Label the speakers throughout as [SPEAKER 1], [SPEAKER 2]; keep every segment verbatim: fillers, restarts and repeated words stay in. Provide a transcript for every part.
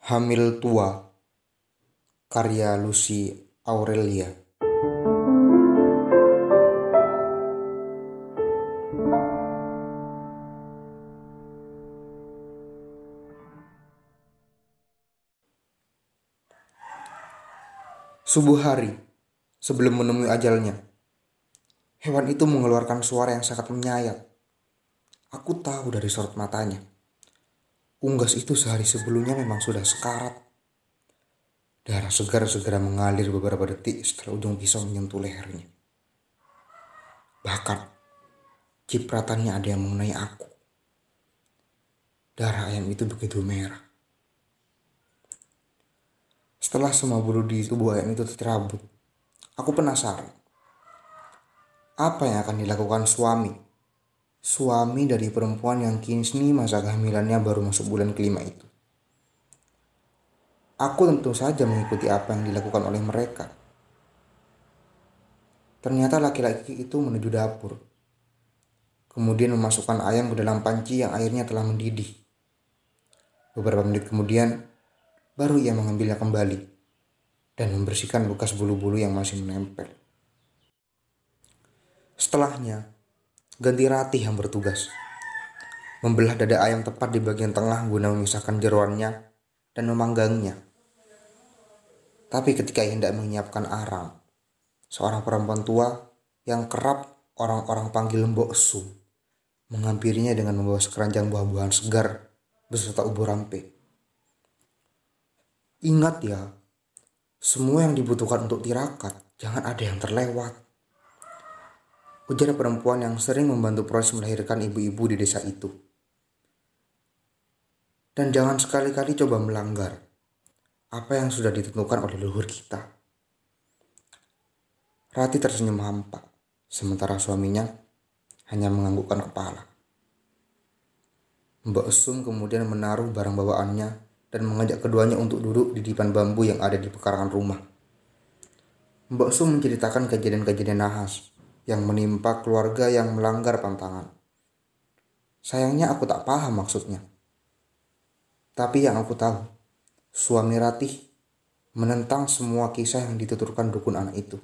[SPEAKER 1] Hamil Tua, karya Lucy Aurelia. Subuh hari, sebelum menemui ajalnya, hewan itu mengeluarkan suara yang sangat menyayat. Aku tahu dari sorot matanya. Unggas itu sehari sebelumnya memang sudah sekarat. Darah segar segera mengalir beberapa detik setelah ujung pisau menyentuh lehernya. Bahkan, cipratannya ada yang mengenai aku. Darah ayam itu begitu merah. Setelah semua bulu di tubuh ayam itu tercabut, aku penasaran. Apa yang akan dilakukan suami? Suami dari perempuan yang kini masa kehamilannya baru masuk bulan kelima itu. Aku tentu saja mengikuti apa yang dilakukan oleh mereka. Ternyata laki-laki itu menuju dapur. Kemudian memasukkan ayam ke dalam panci yang airnya telah mendidih. Beberapa menit kemudian, baru ia mengambilnya kembali dan membersihkan bekas bulu-bulu yang masih menempel. Setelahnya, ganti Ratih yang bertugas. Membelah dada ayam tepat di bagian tengah guna memisahkan jeroannya dan memanggangnya. Tapi ketika ia hendak menyiapkan arang, seorang perempuan tua yang kerap orang-orang panggil Mbok Sum menghampirinya dengan membawa sekeranjang buah-buahan segar beserta ubur rampe. Ingat ya, semua yang dibutuhkan untuk tirakat, jangan ada yang terlewat. Ujar perempuan yang sering membantu proses melahirkan ibu-ibu di desa itu. Dan jangan sekali-kali coba melanggar apa yang sudah ditentukan oleh leluhur kita. Rati tersenyum hampa, sementara suaminya hanya menganggukkan kepala. Mbak Sum kemudian menaruh barang bawaannya dan mengajak keduanya untuk duduk di dipan bambu yang ada di pekarangan rumah. Mbak Sum menceritakan kejadian-kejadian nahas yang menimpa keluarga yang melanggar pantangan. Sayangnya aku tak paham maksudnya. Tapi yang aku tahu, suami Ratih menentang semua kisah yang dituturkan dukun anak itu.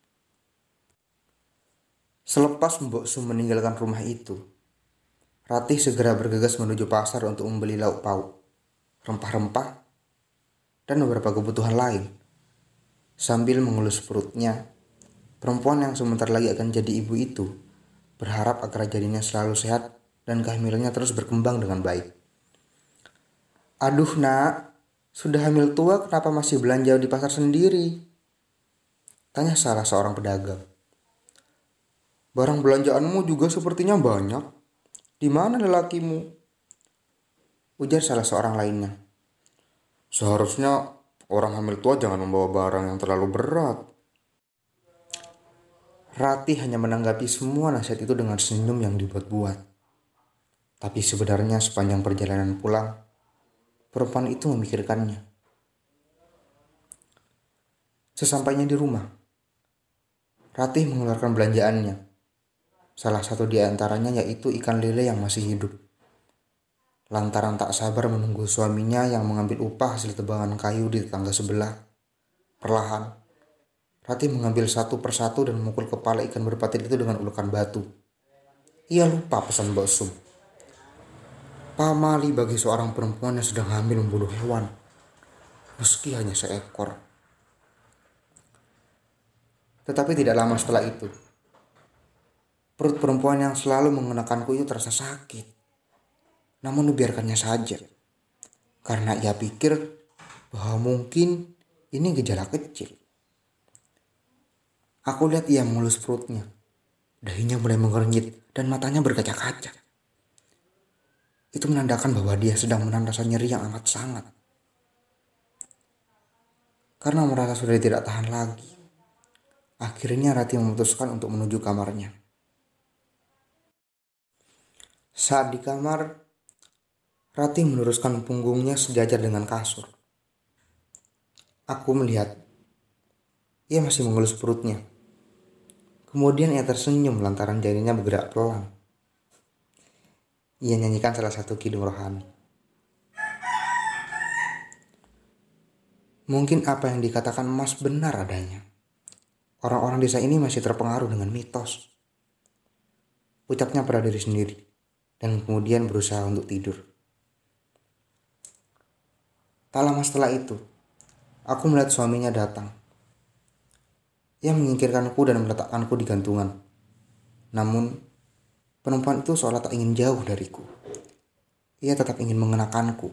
[SPEAKER 1] Selepas Mbok Sum meninggalkan rumah itu, Ratih segera bergegas menuju pasar untuk membeli lauk pauk, rempah-rempah, dan beberapa kebutuhan lain. Sambil mengelus perutnya, perempuan yang sebentar lagi akan jadi ibu itu berharap agar janinnya selalu sehat dan kehamilannya terus berkembang dengan baik. Aduh nak, sudah hamil tua kenapa masih belanja di pasar sendiri? Tanya salah seorang pedagang. Barang belanjaanmu juga sepertinya banyak. Di mana lelakimu? Ujar salah seorang lainnya. Seharusnya orang hamil tua jangan membawa barang yang terlalu berat. Ratih hanya menanggapi semua nasihat itu dengan senyum yang dibuat-buat. Tapi sebenarnya sepanjang perjalanan pulang, perempuan itu memikirkannya. Sesampainya di rumah, Ratih mengeluarkan belanjaannya. Salah satu di antaranya yaitu ikan lele yang masih hidup. Lantaran tak sabar menunggu suaminya yang mengambil upah hasil tebangan kayu di tetangga sebelah. Perlahan, Ratih mengambil satu persatu dan memukul kepala ikan berpatin itu dengan ulukan batu. Ia lupa pesan Mbak Sum. Pamali bagi seorang perempuan yang sedang hamil membunuh hewan, meski hanya seekor. Tetapi tidak lama setelah itu, perut perempuan yang selalu mengenakanku itu terasa sakit. Namun biarkannya saja, karena ia pikir bahwa mungkin ini gejala kecil. Aku lihat ia mengelus perutnya, dahinya mulai mengernyit dan matanya berkaca-kaca. Itu menandakan bahwa dia sedang menahan rasa nyeri yang amat sangat. Karena merasa sudah tidak tahan lagi, akhirnya Ratih memutuskan untuk menuju kamarnya. Saat di kamar, Ratih meluruskan punggungnya sejajar dengan kasur. Aku melihat ia masih mengelus perutnya. Kemudian ia tersenyum lantaran janinnya bergerak pelan. Ia nyanyikan salah satu kidung rohani. Mungkin apa yang dikatakan Mas benar adanya. Orang-orang desa ini masih terpengaruh dengan mitos. Ucapnya pada diri sendiri dan kemudian berusaha untuk tidur. Tak lama setelah itu, aku melihat suaminya datang. Ia menyingkirkanku dan meletakkanku di gantungan. Namun, perempuan itu seolah tak ingin jauh dariku. Ia tetap ingin mengenakanku.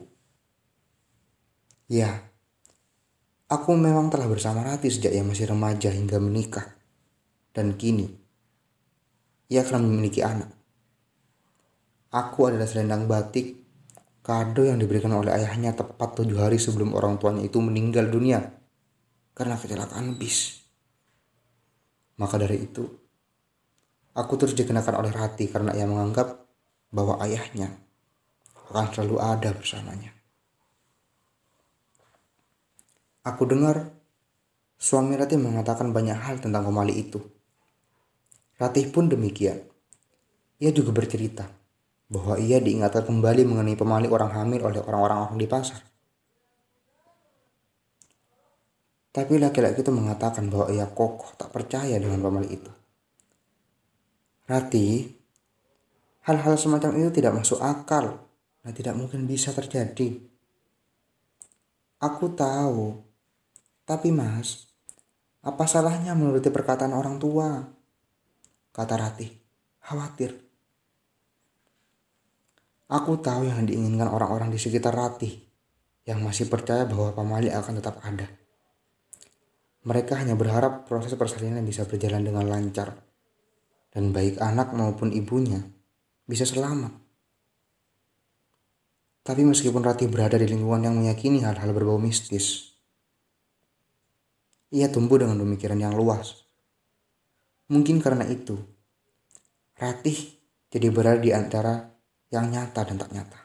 [SPEAKER 1] Ya, aku memang telah bersama Rati sejak ia masih remaja hingga menikah. Dan kini, ia akan memiliki anak. Aku adalah selendang batik, kado yang diberikan oleh ayahnya tepat tujuh hari sebelum orang tuanya itu meninggal dunia karena kecelakaan bis. Maka dari itu, aku terus dikenakan oleh Rati karena ia menganggap bahwa ayahnya akan selalu ada bersamanya. Aku dengar suami Ratih mengatakan banyak hal tentang pemali itu. Ratih pun demikian. Ia juga bercerita bahwa ia diingatkan kembali mengenai pemali orang hamil oleh orang-orang orang di pasar. Tapi laki-laki itu mengatakan bahwa ia kokoh tak percaya dengan pemali itu. Ratih, hal-hal semacam itu tidak masuk akal dan tidak mungkin bisa terjadi. Aku tahu, tapi Mas, apa salahnya menuruti perkataan orang tua? Kata Ratih, khawatir. Aku tahu yang diinginkan orang-orang di sekitar Ratih yang masih percaya bahwa pamali akan tetap ada. Mereka hanya berharap proses persalinan bisa berjalan dengan lancar dan baik anak maupun ibunya bisa selamat. Tapi meskipun Ratih berada di lingkungan yang meyakini hal-hal berbau mistis, ia tumbuh dengan pemikiran yang luas. Mungkin karena itu, Ratih jadi berada di antara yang nyata dan tak nyata.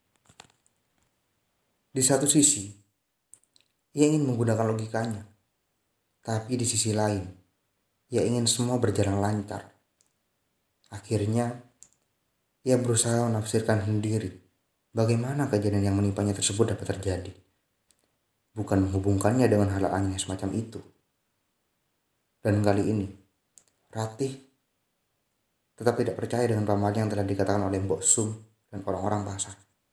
[SPEAKER 1] Di satu sisi, ia ingin menggunakan logikanya. Tapi di sisi lain, ia ingin semua berjalan lancar. Akhirnya, ia berusaha menafsirkan sendiri bagaimana kejadian yang menimpanya tersebut dapat terjadi. Bukan menghubungkannya dengan hal aneh semacam itu. Dan kali ini, Ratih tetap tidak percaya dengan pamali yang telah dikatakan oleh Mbok Sum dan orang-orang pasar.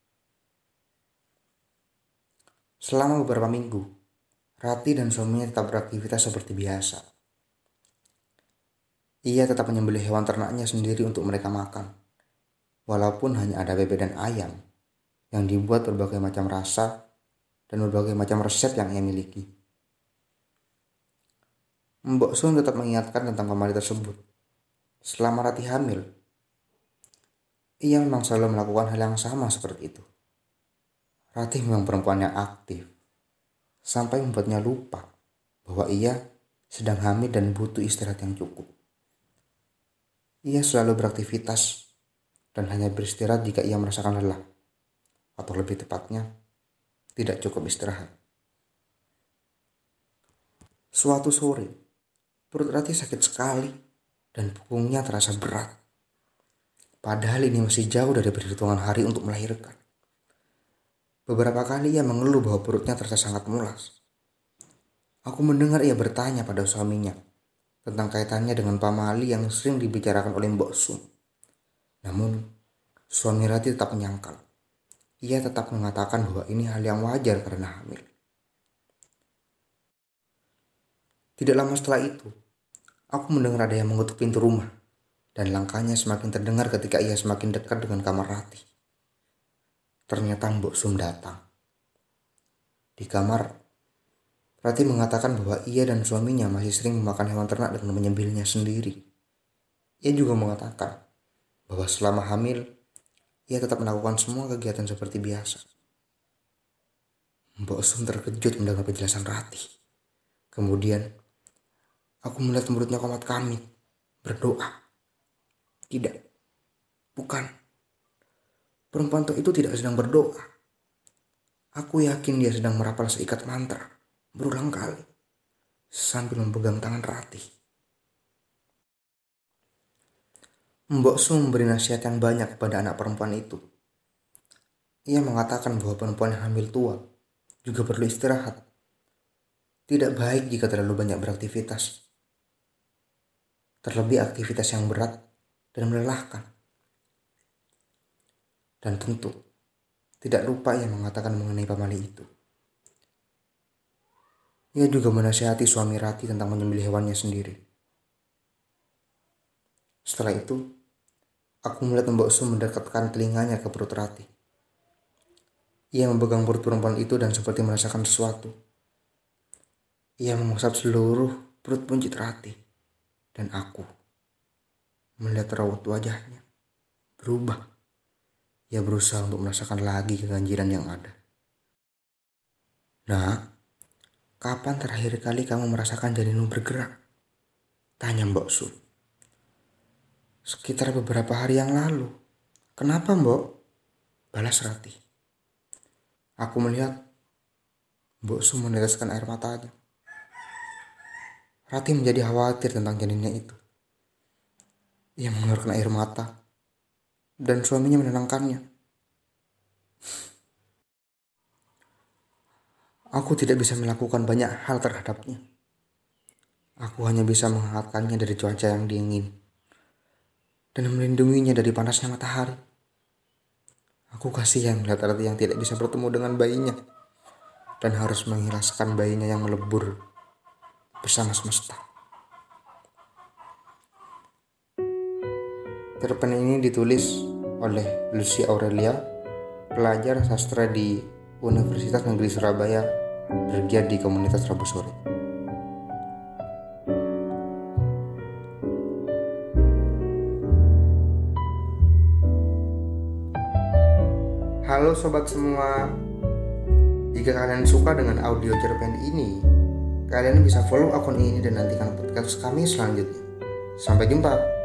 [SPEAKER 1] Selama beberapa minggu, Ratih dan suaminya tetap beraktivitas seperti biasa. Ia tetap menyembelih hewan ternaknya sendiri untuk mereka makan. Walaupun hanya ada bebek dan ayam yang dibuat berbagai macam rasa dan berbagai macam resep yang ia miliki. Mbok Sun tetap mengingatkan tentang pamali tersebut. Selama Ratih hamil, ia memang selalu melakukan hal yang sama seperti itu. Ratih memang perempuan yang aktif, sampai membuatnya lupa bahwa ia sedang hamil dan butuh istirahat yang cukup. Ia selalu beraktivitas dan hanya beristirahat jika ia merasakan lelah, atau lebih tepatnya, tidak cukup istirahat. Suatu sore, perut Ratih sakit sekali dan punggungnya terasa berat. Padahal ini masih jauh dari perhitungan hari untuk melahirkan. Beberapa kali ia mengeluh bahwa perutnya terasa sangat mulas. Aku mendengar ia bertanya pada suaminya tentang kaitannya dengan pamali yang sering dibicarakan oleh Mbok Sum. Namun, suami Ratih tetap menyangkal. Ia tetap mengatakan bahwa ini hal yang wajar karena hamil. Tidak lama setelah itu, aku mendengar ada yang mengetuk pintu rumah dan langkahnya semakin terdengar ketika ia semakin dekat dengan kamar Ratih. Ternyata Mbok Sum datang. Di kamar, Ratih mengatakan bahwa ia dan suaminya masih sering memakan hewan ternak dengan menyembelihnya sendiri. Ia juga mengatakan bahwa selama hamil, ia tetap melakukan semua kegiatan seperti biasa. Mbok Sum terkejut mendengar penjelasan Ratih. Kemudian, aku melihat mulutnya komat kamit, berdoa. Tidak, bukan. Perempuan itu tidak sedang berdoa. Aku yakin dia sedang merapal seikat mantra berulang kali sambil memegang tangan Ratih. Mbok Sum memberi nasihat yang banyak kepada anak perempuan itu. Ia mengatakan bahwa perempuan yang hamil tua juga perlu istirahat Tidak baik jika terlalu banyak beraktivitas. Terlebih aktivitas yang berat dan melelahkan. Dan tentu, tidak lupa ia mengatakan mengenai pamali itu. Ia juga menasihati suami Rati tentang menyembelih hewannya sendiri. Setelah itu, aku melihat Mbok Su mendekatkan telinganya ke perut Rati. Ia memegang perut perempuan itu dan seperti merasakan sesuatu. Ia mengusap seluruh perut buncit Rati. Dan aku melihat raut wajahnya berubah. Ia berusaha untuk merasakan lagi keganjilan yang ada. Nah, kapan terakhir kali kamu merasakan janinmu bergerak? Tanya Mbok Su. Sekitar beberapa hari yang lalu. Kenapa, Mbok? Balas Rati. Aku melihat Mbok Su meneteskan air matanya. Rati menjadi khawatir tentang janinnya itu. Ia mengeluarkan air mata dan suaminya menenangkannya. Aku tidak bisa melakukan banyak hal terhadapnya. Aku hanya bisa menghangatkannya dari cuaca yang dingin dan melindunginya dari panasnya matahari. Aku kasihan melihat Rati yang tidak bisa bertemu dengan bayinya dan harus mengikhlaskan bayinya yang melebur bersama semesta. Cerpen ini ditulis oleh Lucy Aurelia, pelajar sastra di Universitas Negeri Surabaya, bergiat di komunitas Rabu Sore. Halo sobat semua, jika kalian suka dengan audio cerpen ini, kalian bisa follow akun ini dan nantikan podcast kami selanjutnya. Sampai jumpa.